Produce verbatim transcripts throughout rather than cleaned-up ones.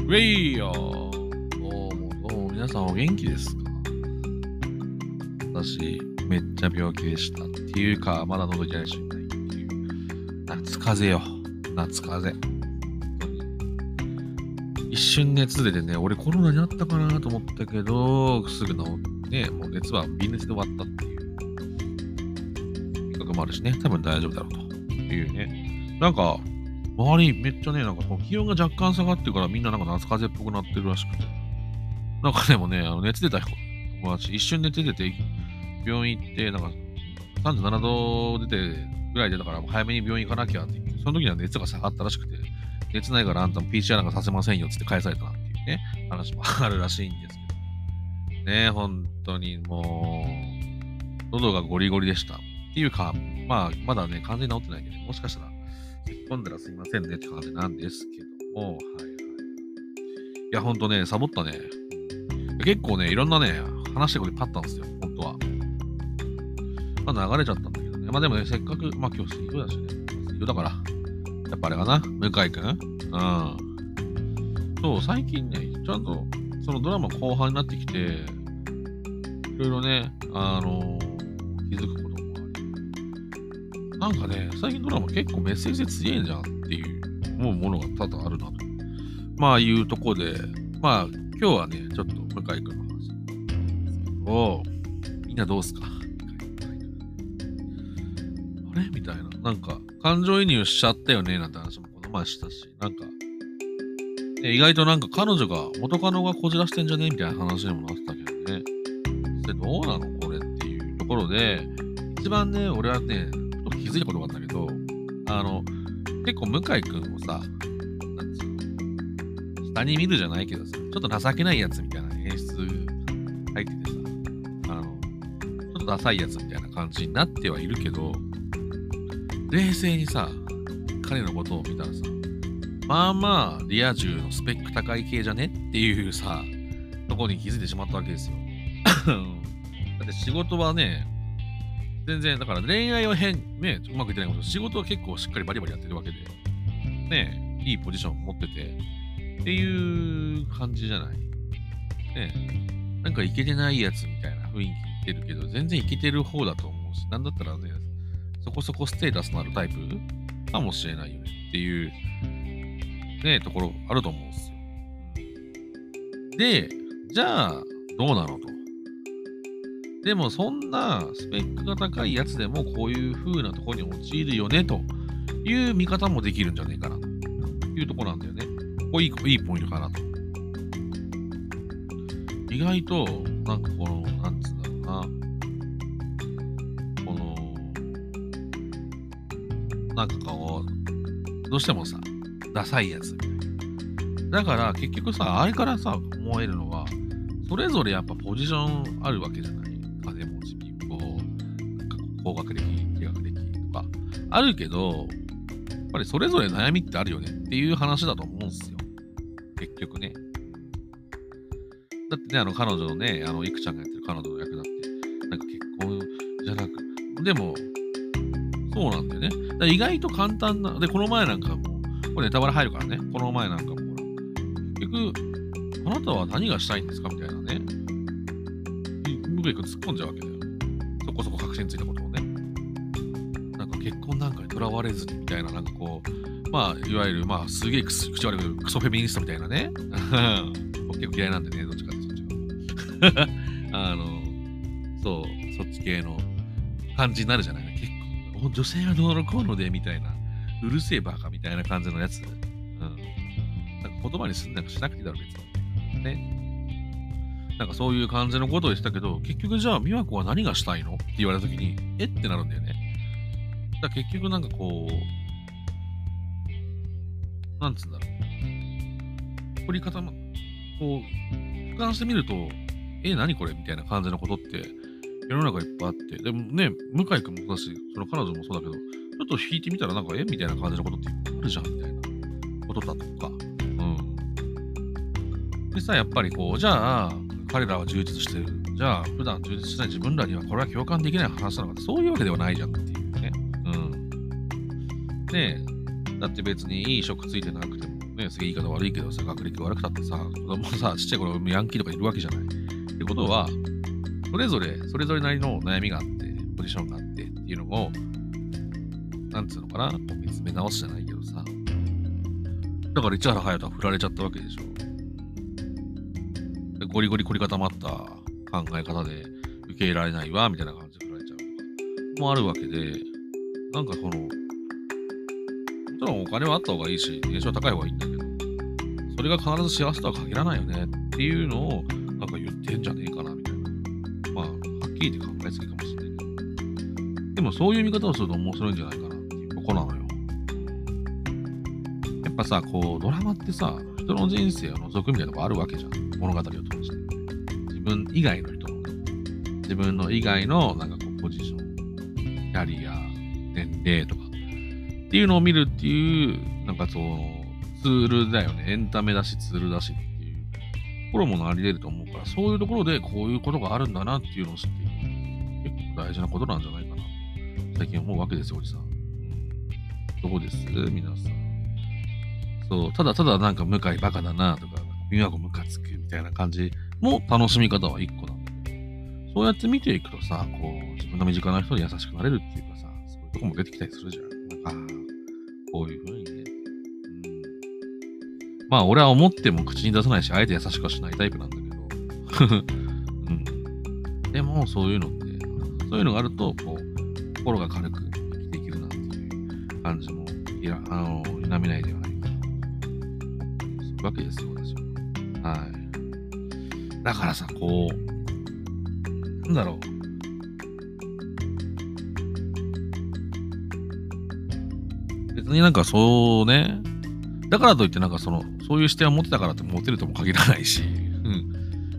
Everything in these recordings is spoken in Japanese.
ウェイよー。どうもどうも皆さんお元気ですか？私、めっちゃ病気でした。っていうか、まだ喉痛いしないっていう。夏風邪よ。夏風邪。一瞬熱出てね、俺コロナになったかなと思ったけど、すぐ治ってね、もう熱は微熱で終わったっていう。比較もあるしね、多分大丈夫だろうというね。なんか、周りめっちゃね、なんか気温が若干下がってるからみんななんか夏風邪っぽくなってるらしくて。なんかでもね、あの熱出た友達、一瞬熱出て病院行って、なんかさんじゅうななど出てぐらいでだから早めに病院行かなきゃって言って、その時には熱が下がったらしくて、熱ないからあんたも ピーシーアール なんかさせませんよっつって返されたなっていうね、話もあるらしいんですけど。ね、本当にもう、喉がゴリゴリでした。っていうか、まあ、まだね、完全に治ってないんでね、もしかしたら、突っ込んだらすいませんねって感じなんですけども、はいはい。いや、ほんとね、サボったね。結構ね、いろんなね、話してくれパッたんですよ、ほんとは。まあ、流れちゃったんだけどね。まあでもね、せっかく、まあ今日水曜だしね、水曜だから、やっぱあれかな、向井くんうん。そう、最近ね、ちゃんと、そのドラマ後半になってきて、いろいろね、あのー、気づくこともあり。なんかね、最近ドラマ結構メッセージ強いんじゃんっていう思うものが多々あるなと。まあいうとこで、まあ今日はね、ちょっと向井くんの話なんですけど、みんなどうすか？あれみたいな。なんか、感情移入しちゃったよねなんて話もこの前したし、なんか、ね、意外となんか彼女が、元カノがこじらしてんじゃねみたいな話にもなってたけどね。それどうなのこれっていうところで、一番ね、俺はね、ちょっと気づいたことがあったけど、あの、結構向井くんをさ、なんつうの、下に見るじゃないけどさ、ちょっと情けないやつみたいな演出入っててさ、あの、ちょっとダサいやつみたいな感じになってはいるけど、冷静にさ、彼のことを見たらさ、まあまあ、リア充のスペック高い系じゃねっていうさ、とこに気づいてしまったわけですよ。だって仕事はね、全然、だから恋愛は変、ね、うまくいってないけど、仕事は結構しっかりバリバリやってるわけで、ね、いいポジション持ってて、っていう感じじゃない。ね、なんかイケてないやつみたいな雰囲気言ってるけど、全然イケてる方だと思うし、なんだったらね、そこそこステータスのあるタイプかもしれないよねっていう、ね、ところあると思うんですよ。で、じゃあ、どうなのと。でも、そんなスペックが高いやつでもこういう風なところに陥るよねという見方もできるんじゃねえかなというところなんだよね。ここいい、いいポイントかなと。意外と、なんかこの、なんつうんだろうな。この、なんかこう、どうしてもさ、ダサいやつみたいな。だから結局さ、あれからさ、思えるのは、それぞれやっぱポジションあるわけじゃない。金持ち、貧乏、なんか高学歴、低学歴とか、あるけど、やっぱりそれぞれ悩みってあるよねっていう話だと思うんですよ。結局ね。だってね、あの彼女のね、あの、いくちゃんがやってる彼女の役だって、なんか結婚じゃなく、でも、そうなんだよね。だから意外と簡単な、で、この前なんかも、これネタバレ入るからね、この前なんかも、ほら、結局、あなたは何がしたいんですかみたいなね。向井くん突っ込んじゃうわけだよ。そこそこ確信ついたことをね。なんか結婚なんかにとらわれずにみたいな、なんかこう、まあ、いわゆる、まあ、すげえ口悪いクソフェミニストみたいなね。僕結構嫌いなんでね、どっちかってそっちが。あの、そう、そっち系の感じになるじゃない結構、女性はどうのこうので、みたいな。うるせえバカみたいな感じのやつ。うん。なんか言葉にすんなんかしなくていいだろ、別に。ね。なんかそういう感じのことを言ってたけど、結局じゃあ、美和子は何がしたいのって言われたときに、えってなるんだよね。だから結局なんかこう、なんつうんだろう。取り方も、こう、俯瞰してみると、え、何これみたいな感じのことって、世の中いっぱいあって、でもね、向井くんもそうだし、その彼女もそうだけど、ちょっと引いてみたらなんか、えみたいな感じのことってあるじゃんみたいなことだとか。うん。でさ、やっぱりこう、じゃあ、彼らは充実してる。じゃあ、普段充実しない自分らにはこれは共感できない話なのかそういうわけではないじゃんっていうね。うん。ねえ、だって別にいい職ついてなくてもね、 ね、すげえ言い方悪いけどさ、学歴悪くたってさ、子供さ、ちっちゃい頃ヤンキーとかいるわけじゃない。ってことは、それぞれ、それぞれなりの悩みがあって、ポジションがあってっていうのを、なんつうのかな、こう見つめ直すじゃないけどさ。だから市原隼人は振られちゃったわけでしょ。でゴリゴリ凝り固まった考え方で受け入れられないわ、みたいな感じで振られちゃうとかもあるわけで、なんかこの、もちろんお金はあった方がいいし、年収は高い方がいいんだけど、それが必ず幸せとは限らないよねっていうのを、なんか言ってんじゃねえかな、みたいな。まあ、はっきり言って考えすぎかもしれないけど。でもそういう見方をすると面白いんじゃないかなっていうとこなのよ。やっぱさ、こう、ドラマってさ、人の人生を覗くみたいなとこあるわけじゃん。物語を通して。自分以外の人の、自分の以外のなんかこう、ポジション、キャリア、年齢とか、っていうのを見るっていう、なんかその、ツールだよね。エンタメだし、ツールだしっていうところもなり得ると思うから、そういうところでこういうことがあるんだなっていうのを知っていく。結構大事なことなんじゃないかな。最近思うわけですよ、おじさん。うん、どうです皆さん。そう、ただただなんか向井バカだなとか、美和子ムカつくみたいな感じも楽しみ方は一個なんだけど、そうやって見ていくとさ、こう、自分の身近な人に優しくなれるっていうかさ、そういうとこも出てきたりするじゃん。なんか、こういう風にね。うん、まあ、俺は思っても口に出さないし、あえて優しくはしないタイプなんだけど、うん。でも、そういうのって、そういうのがあると、こう、心が軽く生きていけるなっていう感じも、いや、あの、否めないではないかな。そういうわけですよ、私は。はい。だからさ、こう、なんだろう。別になんかそうね、だからといってなんかその、そういう視点を持ってたからってモテるとも限らないし、うん。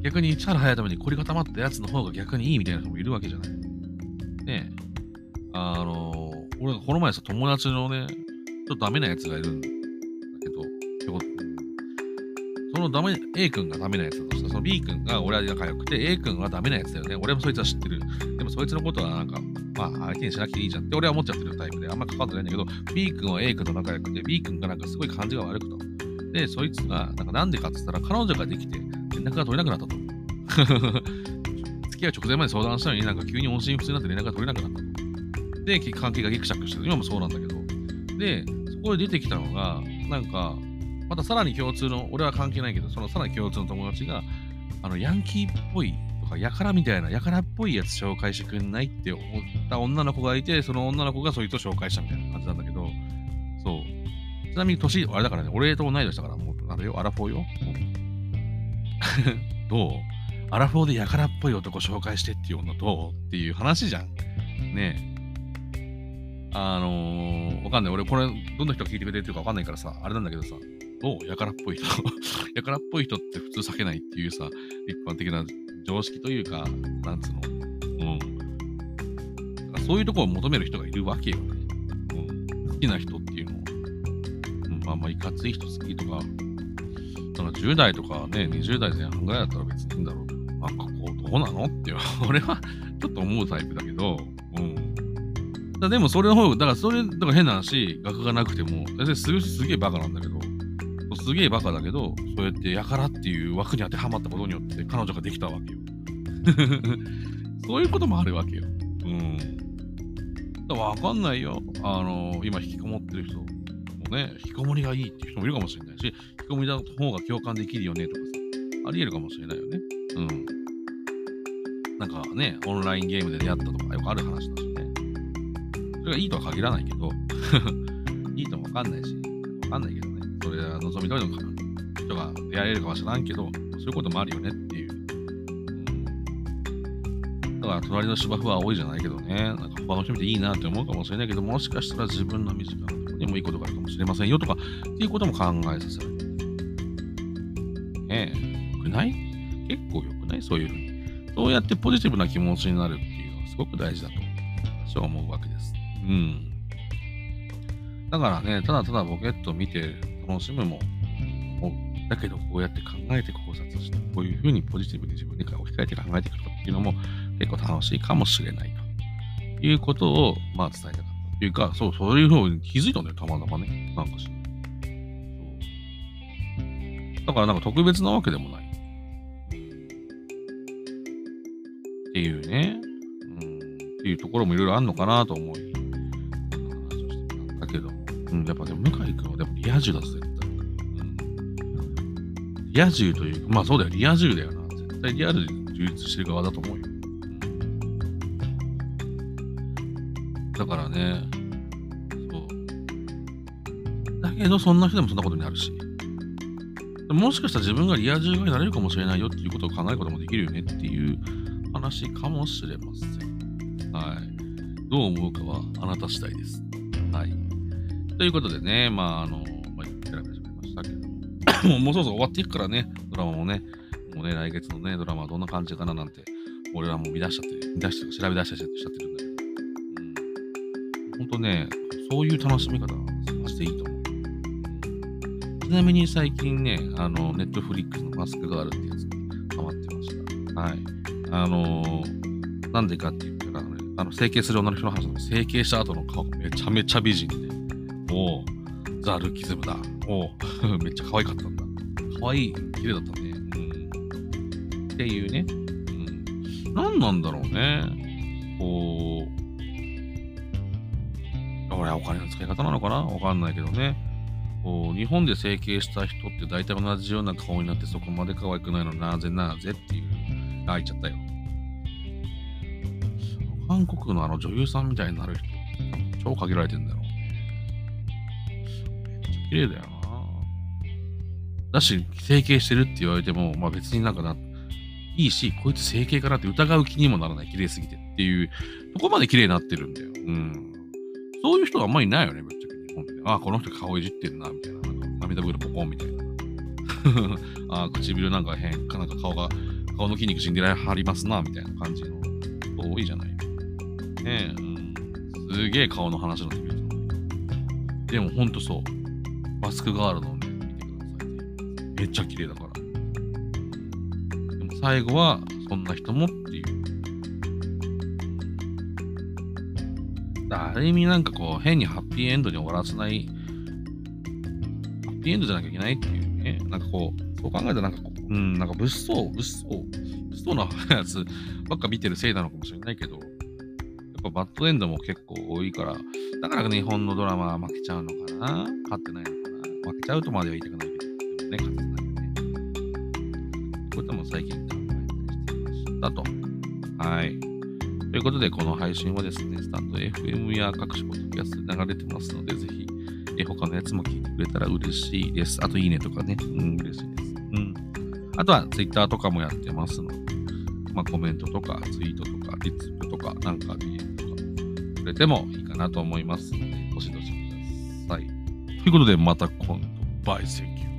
逆に市原隼人に凝り固まったやつの方が逆にいいみたいな人もいるわけじゃない。ねえ。あの、俺この前さ、友達のね、ちょっとダメなやつがいるんだけど、そのダメ、A 君がダメなやつだとしたら、その B 君が俺は仲良くて、A 君はダメなやつだよね。俺もそいつは知ってる。でもそいつのことはなんか、まあ相手にしなくていいじゃんって俺は思っちゃってるタイプで、あんま関わってないんだけど、B 君は A 君と仲良くて、B 君がなんかすごい感じが悪くと。で、そいつが、なんかなんでかって言ったら、彼女ができて、連絡が取れなくなったと。付き合う直前まで相談したのになんか急に音信不通になって連絡が取れなくなったと。で、関係がギクシャクしてる。今もそうなんだけど。で、そこで出てきたのが、なんか、またさらに共通の、俺は関係ないけど、そのさらに共通の友達が、あの、ヤンキーっぽいとか、やからみたいな、やからっぽいやつ紹介してくんないって思った女の子がいて、その女の子がそいつを紹介したみたいな感じなんだけど、そう。ちなみに年、あれだからね、俺と同い年だから、もう、あれよ、アラフォーよ。どうアラフォーでやからっぽい男紹介してっていう女どうっていう話じゃん。ねえ。あのー、わかんない。俺、これ、どんな人が聞いてくれてるかわかんないからさ、あれなんだけどさ、どうやからっぽい人。やからっぽい人って普通避けないっていうさ、一般的な常識というか、なんつうの。うん。だからそういうところを求める人がいるわけよね。うん。好きな人っていうのを。うん、まあまあ、いかつい人好きとか、なんかじゅう代とかね、にじゅう代前半ぐらいだったら別にいいんだろうけど、なんかこう、どうなのって俺はちょっと思うタイプだけど、うん。だでもそれの方が、だからそれ、だから変な話、学がなくても、全然すすげえバカなんだけど、すげえバカだけど、そうやってやからっていう枠に当てはまったことによって彼女ができたわけよ。そういうこともあるわけよ。うん。だからわかんないよ。あのー、今引きこもってる人もね、引きこもりがいいっていう人もいるかもしれないし、引きこもりだ方が共感できるよねとかさ、あり得るかもしれないよね。うん。なんかね、オンラインゲームで出会ったとかよくある話だしね。それがいいとは限らないけど、いいともわかんないし、わかんないけどね。それは望み通りの人が出会えるかもしれないけど、そういうこともあるよねっていう。うん、だから隣の芝生は青いじゃないけどね、なんか他の人見ていいなって思うかもしれないけど、もしかしたら自分の身近なところにもいいことがあるかもしれませんよとか、っていうことも考えさせられる。ねえ、よくない？結構よくない？そういうふうに。そうやってポジティブな気持ちになるっていうのはすごく大事だと私は思うわけです。うん。だからね、ただただボケっと見て楽しむも、だけどこうやって考えて考察して、こういうふうにポジティブに自分に置き換えて考えていくとっていうのも結構楽しいかもしれないということを、まあ伝えたかった。というか、そう、そういうふうに気づいたんだよ、たまたまね。なんかし。そう。 だからなんか特別なわけでもない。っていうね。うん。っていうところもいろいろあんのかなと思い、話をしてたんだけども。うん、やっぱね、向井くんはでもリア充だぜ、絶対。うん。リア充というか、まあそうだよ、リア充だよな。絶対リアルで充実してる側だと思うよ。だからね、そう。だけど、そんな人でもそんなことになるし。もしかしたら自分がリア充になれるかもしれないよっていうことを考えることもできるよねっていう話かもしれません。はい。どう思うかはあなた次第です。はい。ということでね、まあ、あの、まあ、ペラペラ喋りましたけども、もうそろそろ終わっていくからね、ドラマもね、もうね、来月のね、ドラマはどんな感じかななんて、俺らも見出しちゃって、見出して、調べ出しちゃってるんだけど、ほんとね、そういう楽しみ方はマジでいいと思う。ちなみに最近ね、あの、ネットフリックスのマスクガールってやつにハマってました。はい。あのー、なんでかって言ったら、ね、あの、整形する女の人の話なの。整形した後の顔がめちゃめちゃ美人で、もう、ザ・ルッキズムだ。もう、めっちゃ可愛かったんだ。可愛い、綺麗だったね。うん。っていうね。うん。なんなんだろうね。こう、俺はお金の使い方なのかなわかんないけどね。こう日本で整形した人って大体同じような顔になってそこまで可愛くないのなぜなぜっていう開いちゃったよ。韓国のあの女優さんみたいになる人超限られてんだよ。めっちゃ綺麗だよな。だし整形してるって言われてもまあ別になんかないいしこいつ整形かなって疑う気にもならない綺麗すぎてっていうとこまで綺麗になってるんだよ。うん。そういう人があんまりいないよね、ぶっちゃけ日本で。ああ、この人顔いじってんな、みたいな。なんか涙袋ポコンみたいな。ああ、唇なんか変、かなんか顔が、顔の筋肉死んではりますな、みたいな感じの人多いじゃない。ねえ、うん。すげえ顔の話になってくる。でもほんとそう。マスクガールのね、見てください。めっちゃ綺麗だから。でも最後は、そんな人もっていう。ある意味なんかこう変にハッピーエンドに終わらせない、ハッピーエンドじゃなきゃいけないっていうね、なんかこう、そう考えたらなんかこう、うん、なんか物騒、物騒、物騒なやつばっか見てるせいなのかもしれないけど、やっぱバッドエンドも結構多いから、だから日本のドラマは負けちゃうのかな勝ってないのかな負けちゃうとまでは言いたくないけど、でもね、勝ってないよね。こういったも最近考えたりしていましたと。はい。ということで、この配信はですね、スタンド エフエム や各種ポッドキャストで流れてますので、ぜひ、え他のやつも聞いてくれたら嬉しいです。あと、いいねとかね、うん、嬉しいです。うん。あとは、ツイッターとかもやってますので、まあ、コメントとか、ツイートとか、リツイートとか、なんか ディーエム とか、くれてもいいかなと思いますので、どしどしください。ということで、また今度、バイセンキュー。